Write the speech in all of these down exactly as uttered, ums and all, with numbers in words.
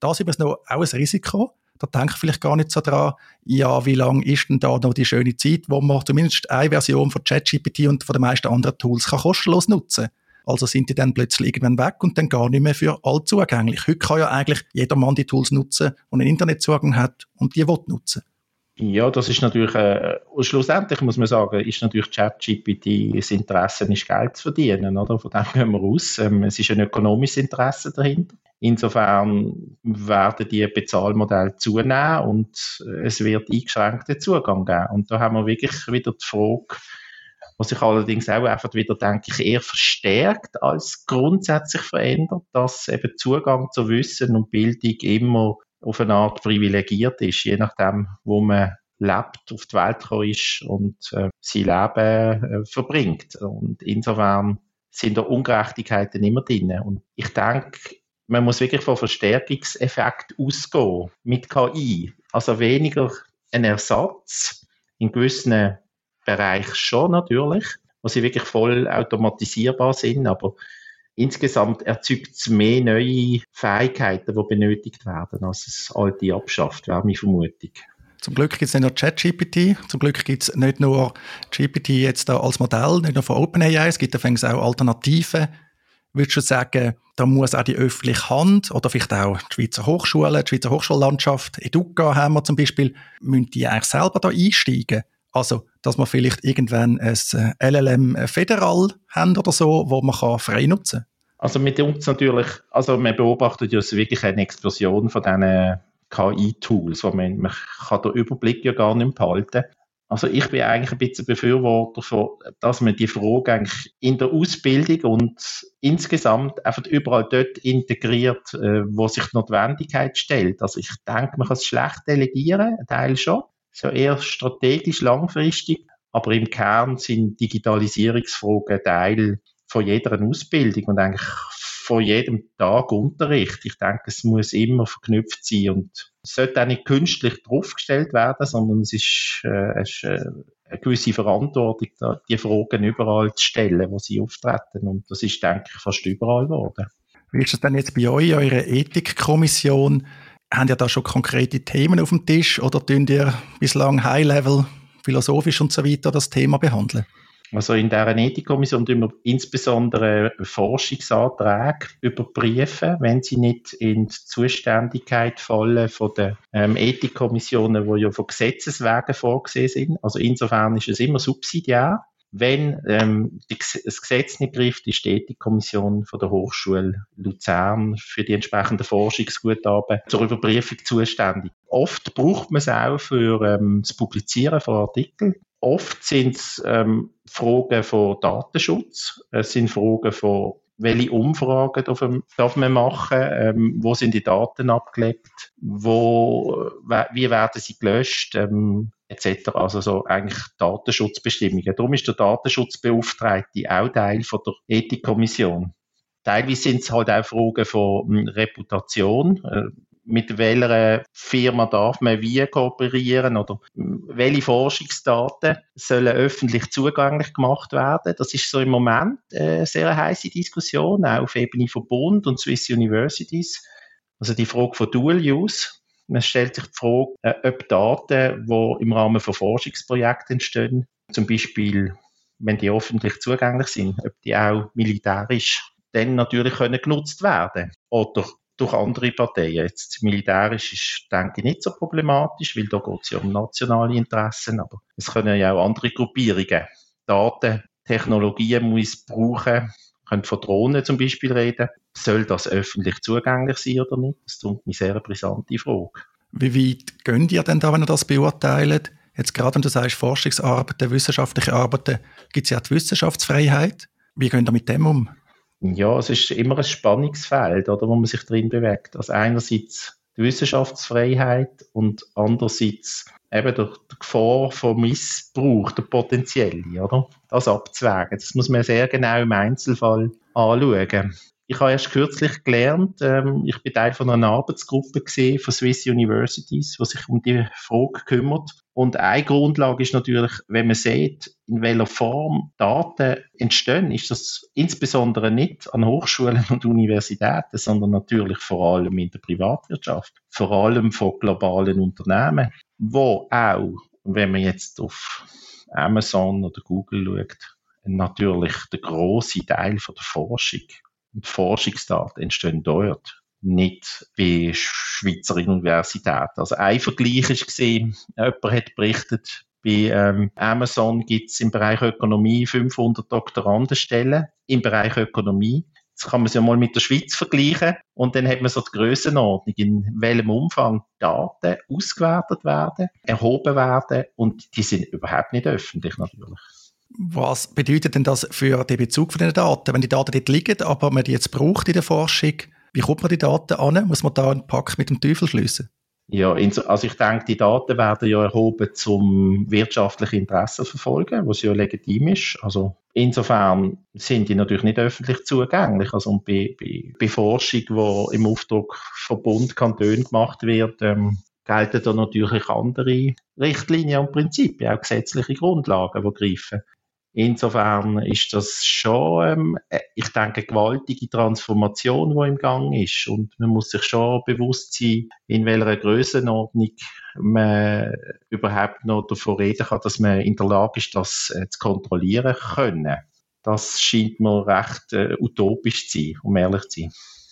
das ist noch auch ein Risiko. Da denke ich vielleicht gar nicht so dran, ja, wie lange ist denn da noch die schöne Zeit, wo man zumindest eine Version von ChatGPT und von den meisten anderen Tools kann kostenlos nutzen. Also sind die dann plötzlich irgendwann weg und dann gar nicht mehr für alle zugänglich. Heute kann ja eigentlich jedermann die Tools nutzen, der einen Internetzugang hat und die will nutzen. Ja, das ist natürlich, äh, schlussendlich muss man sagen, ist natürlich ChatGPT das Interesse, ist Geld zu verdienen, oder? Von dem gehen wir aus. Ähm, es ist ein ökonomisches Interesse dahinter. Insofern werden die Bezahlmodelle zunehmen und es wird eingeschränkten Zugang geben. Und da haben wir wirklich wieder die Frage, was sich allerdings auch einfach wieder, denke ich, eher verstärkt als grundsätzlich verändert, dass eben Zugang zu Wissen und Bildung immer auf eine Art privilegiert ist, je nachdem, wo man lebt, auf die Welt gekommen ist und äh, sein Leben äh, verbringt. Und insofern sind da Ungerechtigkeiten immer drin. Und ich denke, man muss wirklich von Verstärkungseffekt ausgehen mit K I. Also weniger ein Ersatz, in gewissen Bereichen schon natürlich, wo sie wirklich voll automatisierbar sind, aber insgesamt erzeugt es mehr neue Fähigkeiten, die benötigt werden, als es alte abschafft, wäre meine Vermutung. Zum Glück gibt es nicht nur ChatGPT, zum Glück gibt es nicht nur G P T jetzt da als Modell, nicht nur von OpenAI, es gibt auch Alternativen. Würdest du sagen, da muss auch die öffentliche Hand oder vielleicht auch die Schweizer Hochschulen, die Schweizer Hochschullandschaft, Educa haben wir zum Beispiel, müssen die eigentlich selber da einsteigen? Also, dass wir vielleicht irgendwann ein L L M Federal haben oder so, wo man kann frei nutzen kann? Also mit uns natürlich, also man beobachtet ja wirklich eine Explosion von diesen K I-Tools, wo man, man kann den Überblick ja gar nicht behalten. Also ich bin eigentlich ein bisschen Befürworter von, dass man die Frage eigentlich in der Ausbildung und insgesamt einfach überall dort integriert, wo sich die Notwendigkeit stellt. Also ich denke, man kann es schlecht delegieren, ein Teil schon. So eher strategisch langfristig, aber im Kern sind Digitalisierungsfragen Teil von jeder Ausbildung und eigentlich von jedem Tag Unterricht. Ich denke, es muss immer verknüpft sein und es sollte auch nicht künstlich draufgestellt werden, sondern es ist, äh, es ist äh, eine gewisse Verantwortung, da, die Fragen überall zu stellen, wo sie auftreten. Und das ist, denke ich, fast überall geworden. Wie ist es denn jetzt bei euch, eurer Ethikkommission? Haben ihr da schon konkrete Themen auf dem Tisch oder tun ihr bislang High-Level, philosophisch und so weiter das Thema behandeln? Also in dieser Ethikkommission tun wir insbesondere Forschungsanträge überprüfen, wenn sie nicht in die Zuständigkeit fallen von den ähm, Ethikkommissionen, die ja von Gesetzeswegen vorgesehen sind. Also insofern ist es immer subsidiär. Wenn ähm, die, das Gesetz nicht greift, ist die Ethikkommission von der Hochschule Luzern für die entsprechenden Forschungsguthaben zur Überprüfung zuständig. Oft braucht man es auch für ähm, das Publizieren von Artikeln. Oft sind es ähm, Fragen von Datenschutz, es sind Fragen von, welche Umfragen darf man, darf man machen, ähm, wo sind die Daten abgelegt, wo, wie werden sie gelöscht, ähm, et cetera. Also so eigentlich Datenschutzbestimmungen. Darum ist der Datenschutzbeauftragte auch Teil von der Ethikkommission. Teilweise sind es halt auch Fragen von Reputation. Äh, mit welcher Firma darf man wie kooperieren oder welche Forschungsdaten sollen öffentlich zugänglich gemacht werden. Das ist so im Moment eine sehr heisse Diskussion, auch auf Ebene von Bund und Swiss Universities. Also die Frage von Dual Use. Man stellt sich die Frage, ob Daten, die im Rahmen von Forschungsprojekten entstehen, zum Beispiel, wenn die öffentlich zugänglich sind, ob die auch militärisch dann natürlich können genutzt werden oder durch andere Parteien. Jetzt militärisch ist, denke ich, nicht so problematisch, weil da geht es ja um nationale Interessen, aber es können ja auch andere Gruppierungen Daten, Technologien missbrauchen, können von Drohnen zum Beispiel reden. Soll das öffentlich zugänglich sein oder nicht? Das ist eine sehr brisante Frage. Wie weit gehen ihr denn da, wenn ihr das beurteilt? Jetzt gerade, wenn du sagst, Forschungsarbeiten, wissenschaftliche Arbeiten, gibt es ja die Wissenschaftsfreiheit. Wie gehen ihr mit dem um? Ja, es ist immer ein Spannungsfeld, oder, wo man sich drin bewegt. Also einerseits die Wissenschaftsfreiheit und andererseits eben der, der Gefahr von Missbrauch, der potenzielle, oder? Das abzuwägen. Das muss man sehr genau im Einzelfall anschauen. Ich habe erst kürzlich gelernt, ähm, ich bin Teil von einer Arbeitsgruppe gesehen von Swiss Universities, die sich um die Frage kümmert. Und eine Grundlage ist natürlich, wenn man sieht, in welcher Form Daten entstehen, ist das insbesondere nicht an Hochschulen und Universitäten, sondern natürlich vor allem in der Privatwirtschaft, vor allem von globalen Unternehmen, wo auch, wenn man jetzt auf Amazon oder Google schaut, natürlich der grosse Teil von der Forschung und Forschungsdaten entstehen dort, nicht bei Schweizer Universitäten. Also ein Vergleich war, jemand hat berichtet, bei ähm, Amazon gibt es im Bereich Ökonomie fünfhundert Doktorandenstellen im Bereich Ökonomie. Das kann man sich ja mal mit der Schweiz vergleichen und dann hat man so die Grössenordnung, in welchem Umfang Daten ausgewertet werden, erhoben werden und die sind überhaupt nicht öffentlich natürlich. Was bedeutet denn das für den Bezug von den Daten? Wenn die Daten dort liegen, aber man die jetzt braucht in der Forschung, wie kommt man die Daten an? Muss man da einen Pakt mit dem Teufel schliessen? Ja, also ich denke, die Daten werden ja erhoben, zum wirtschaftliche Interessen verfolgen, was ja legitim ist. Also insofern sind die natürlich nicht öffentlich zugänglich. Also und bei, bei, bei Forschung, die im Auftrag von Bund, Kantonen gemacht wird, ähm, gelten da natürlich andere Richtlinien und Prinzipien, auch gesetzliche Grundlagen, die greifen. Insofern ist das schon, ähm, ich denke, eine gewaltige Transformation, die im Gang ist. Und man muss sich schon bewusst sein, in welcher Grössenordnung man überhaupt noch davon reden kann, dass man in der Lage ist, das äh, zu kontrollieren können. Das scheint mir recht äh, utopisch zu sein, um ehrlich zu sein.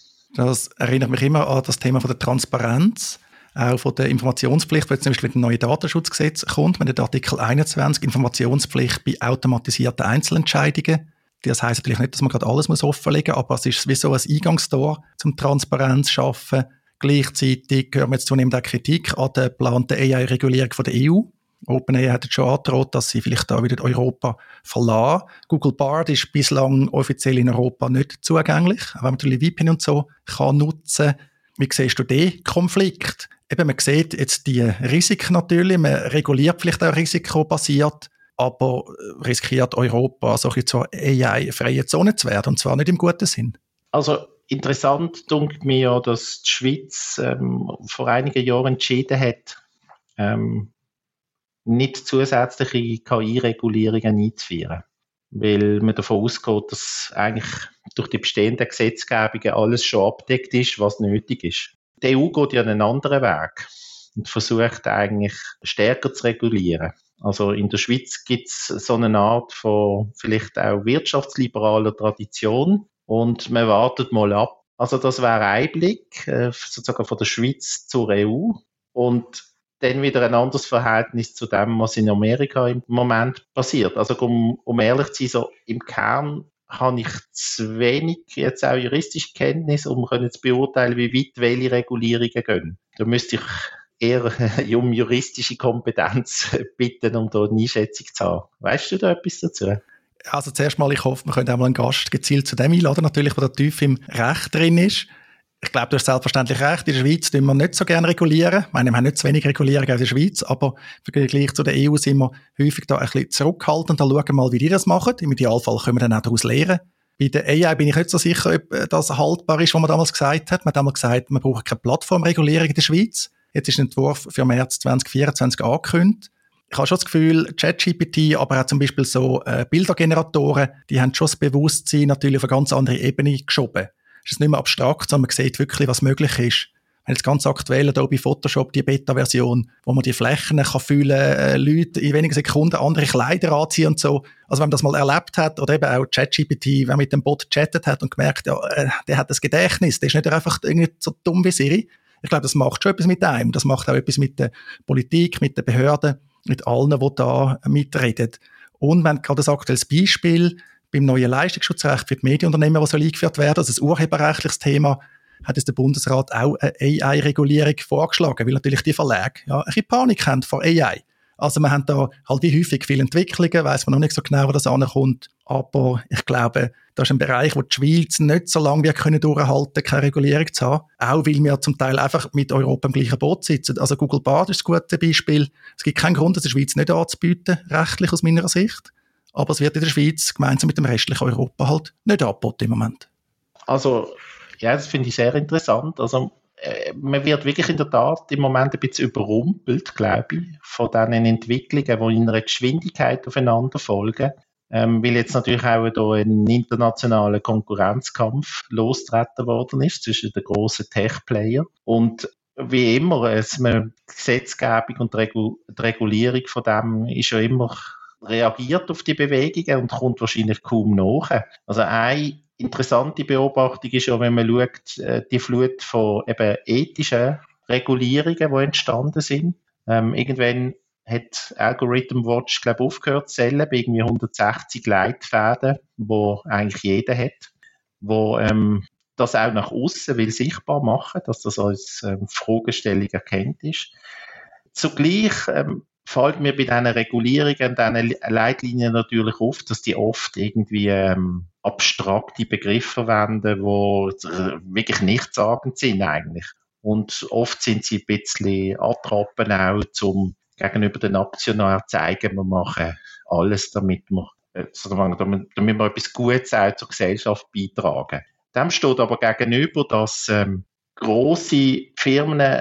Das erinnert mich immer an das Thema von der Transparenz. Auch von der Informationspflicht, wenn zum Beispiel mit dem neuen Datenschutzgesetz kommt, wenn der Artikel einundzwanzig, Informationspflicht bei automatisierten Einzelentscheidungen. Das heisst natürlich nicht, dass man gerade alles muss offenlegen muss, aber es ist wie so ein Eingangstor zum Transparenz schaffen. Gleichzeitig hören wir jetzt zunehmend auch Kritik an der geplanten A I-Regulierung von der E U. OpenAI hat jetzt schon angedroht, dass sie vielleicht da wieder Europa verlassen. Google Bard ist bislang offiziell in Europa nicht zugänglich, auch wenn man natürlich V P N und so kann nutzen. Wie siehst du den Konflikt? Eben, man sieht jetzt die Risiken natürlich, man reguliert vielleicht auch risikobasiert, aber riskiert Europa so ein bisschen zur A I-freien Zone zu werden, und zwar nicht im guten Sinn. Also interessant dunkt mir ja, dass die Schweiz ähm, vor einigen Jahren entschieden hat, ähm, nicht zusätzliche K I-Regulierungen einzuführen, weil man davon ausgeht, dass eigentlich durch die bestehenden Gesetzgebungen alles schon abdeckt ist, was nötig ist. Die E U geht ja einen anderen Weg und versucht eigentlich stärker zu regulieren. Also in der Schweiz gibt es so eine Art von vielleicht auch wirtschaftsliberaler Tradition und man wartet mal ab. Also das wäre ein Blick äh, sozusagen von der Schweiz zur E U und dann wieder ein anderes Verhältnis zu dem, was in Amerika im Moment passiert. Also um, um ehrlich zu sein, so im Kern habe ich zu wenig jetzt auch juristische Kenntnis, um zu beurteilen, wie weit welche Regulierungen gehen. Da müsste ich eher um juristische Kompetenz bitten, um da eine Einschätzung zu haben. Weißt du da etwas dazu? Also zuerst mal, ich hoffe, wir können auch mal einen Gast gezielt zu dem einladen, natürlich, der tief im Recht drin ist. Ich glaube, du hast selbstverständlich recht, in der Schweiz tun wir nicht so gerne regulieren. Ich meine, wir haben nicht zu wenig Regulierung in der Schweiz, aber im Vergleich zu der E U sind wir häufig da ein bisschen zurückhaltend. Da schauen wir mal, wie die das machen. Im Idealfall können wir dann auch daraus lernen. Bei der A I bin ich nicht so sicher, ob das haltbar ist, was man damals gesagt hat. Man hat damals gesagt, man braucht keine Plattformregulierung in der Schweiz. Jetzt ist ein Entwurf für März zwanzig vierundzwanzig angekündigt. Ich habe schon das Gefühl, ChatGPT, aber auch zum Beispiel so äh, Bildergeneratoren, die haben schon das Bewusstsein natürlich auf eine ganz andere Ebene geschoben. Es ist nicht mehr abstrakt, sondern man sieht wirklich, was möglich ist. Wenn jetzt ganz aktuell hier bei Photoshop die Beta-Version, wo man die Flächen kann fühlen, äh, Leute in wenigen Sekunden andere Kleider anziehen und so. Also wenn man das mal erlebt hat, oder eben auch ChatGPT, wenn man mit dem Bot chattet hat und gemerkt, ja, äh, der hat das Gedächtnis, der ist nicht einfach irgendwie so dumm wie Siri. Ich glaube, das macht schon etwas mit einem. Das macht auch etwas mit der Politik, mit den Behörden, mit allen, die da mitreden. Und wenn gerade ein aktuelles Beispiel beim neuen Leistungsschutzrecht für die Medienunternehmen, das soll eingeführt werden, also ein urheberrechtliches Thema, hat jetzt der Bundesrat auch eine A I-Regulierung vorgeschlagen, weil natürlich die Verlage ja ein bisschen Panik haben vor A I. Also wir haben da halt wie häufig viele Entwicklungen, weiss man noch nicht so genau, wo das ankommt, aber ich glaube, das ist ein Bereich, wo die Schweiz nicht so lange wir können durchhalten, keine Regulierung zu haben, auch weil wir zum Teil einfach mit Europa im gleichen Boot sitzen. Also Google Bard ist ein gutes Beispiel. Es gibt keinen Grund, das in der Schweiz nicht anzubieten, rechtlich aus meiner Sicht. Aber es wird in der Schweiz gemeinsam mit dem restlichen Europa halt nicht angeboten im Moment. Also, ja, das finde ich sehr interessant. Also, äh, man wird wirklich in der Tat im Moment ein bisschen überrumpelt, glaube ich, von diesen Entwicklungen, die in einer Geschwindigkeit aufeinander folgen. Ähm, weil jetzt natürlich auch da ein internationaler Konkurrenzkampf losgetreten worden ist zwischen den grossen Tech-Player. Und wie immer, es, man, die Gesetzgebung und die, Regu- die Regulierung von dem ist ja immer reagiert auf die Bewegungen und kommt wahrscheinlich kaum nach. Also eine interessante Beobachtung ist ja, wenn man schaut, die Flut von eben ethischen Regulierungen, die entstanden sind. Ähm, irgendwann hat Algorithm Watch, glaube ich, aufgehört zu zählen, bei irgendwie hundertsechzig Leitfäden, die eigentlich jeder hat, wo ähm, das auch nach außen will sichtbar machen, dass das als ähm, Fragestellung erkannt ist. Zugleich ähm, fällt mir bei diesen Regulierungen und diesen Leitlinien natürlich auf, dass die oft irgendwie ähm, abstrakte Begriffe verwenden, die wirklich nichtssagend sind eigentlich. Und oft sind sie ein bisschen Attrappen auch, zum gegenüber den Aktionären zeigen, wir machen alles, damit wir, äh, damit, damit wir etwas Gutes auch zur Gesellschaft beitragen. Dem steht aber gegenüber, dass ähm, grosse Firmen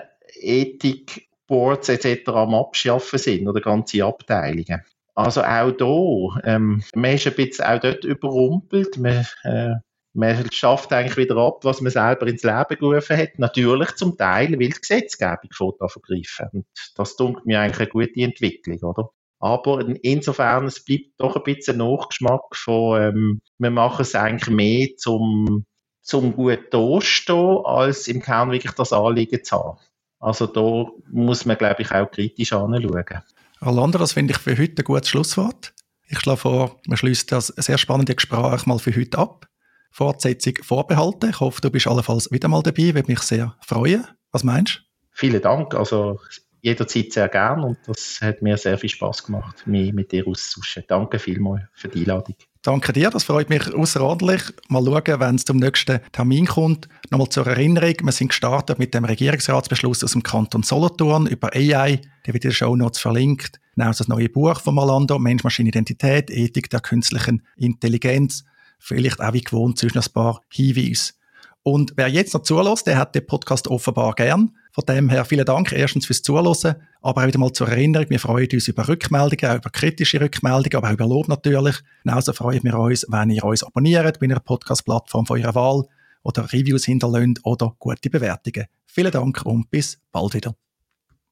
Ethik Boards et cetera am Abschaffen sind oder ganze Abteilungen. Also auch da, ähm, man ist ein bisschen auch dort überrumpelt. Man, äh, man schafft eigentlich wieder ab, was man selber ins Leben gerufen hat. Natürlich zum Teil, weil die Gesetzgebung fährt an vergreifen. Und das tut mir eigentlich eine gute Entwicklung, oder? Aber insofern, es bleibt doch ein bisschen Nachgeschmack von, ähm, wir machen es eigentlich mehr zum, zum gut dastehen, als im Kern wirklich das Anliegen zu haben. Also da muss man, glaube ich, auch kritisch anschauen. Orlando, das finde ich für heute ein gutes Schlusswort. Ich schlage vor, wir schließen das sehr spannende Gespräch mal für heute ab. Fortsetzung vorbehalten. Ich hoffe, du bist allenfalls wieder mal dabei. Würde mich sehr freuen. Was meinst du? Vielen Dank. Also jederzeit sehr gern und das hat mir sehr viel Spass gemacht, mich mit dir auszutauschen. Danke vielmals für die Einladung. Danke dir, das freut mich außerordentlich. Mal schauen, wenn es zum nächsten Termin kommt. Nochmal zur Erinnerung, wir sind gestartet mit dem Regierungsratsbeschluss aus dem Kanton Solothurn über A I, der wird in den Shownotes verlinkt. Genau das neue Buch von Orlando, Mensch-Maschine-Identität, Ethik der künstlichen Intelligenz. Vielleicht auch wie gewohnt zwischen ein paar Hinweise. Und wer jetzt noch zulässt, der hat den Podcast offenbar gern. Von dem her vielen Dank erstens fürs Zuhören, aber auch wieder mal zur Erinnerung, wir freuen uns über Rückmeldungen, auch über kritische Rückmeldungen, aber auch über Lob natürlich. Genauso freuen wir uns, wenn ihr uns abonniert bei einer Podcast-Plattform von eurer Wahl oder Reviews hinterlasst oder gute Bewertungen. Vielen Dank und bis bald wieder.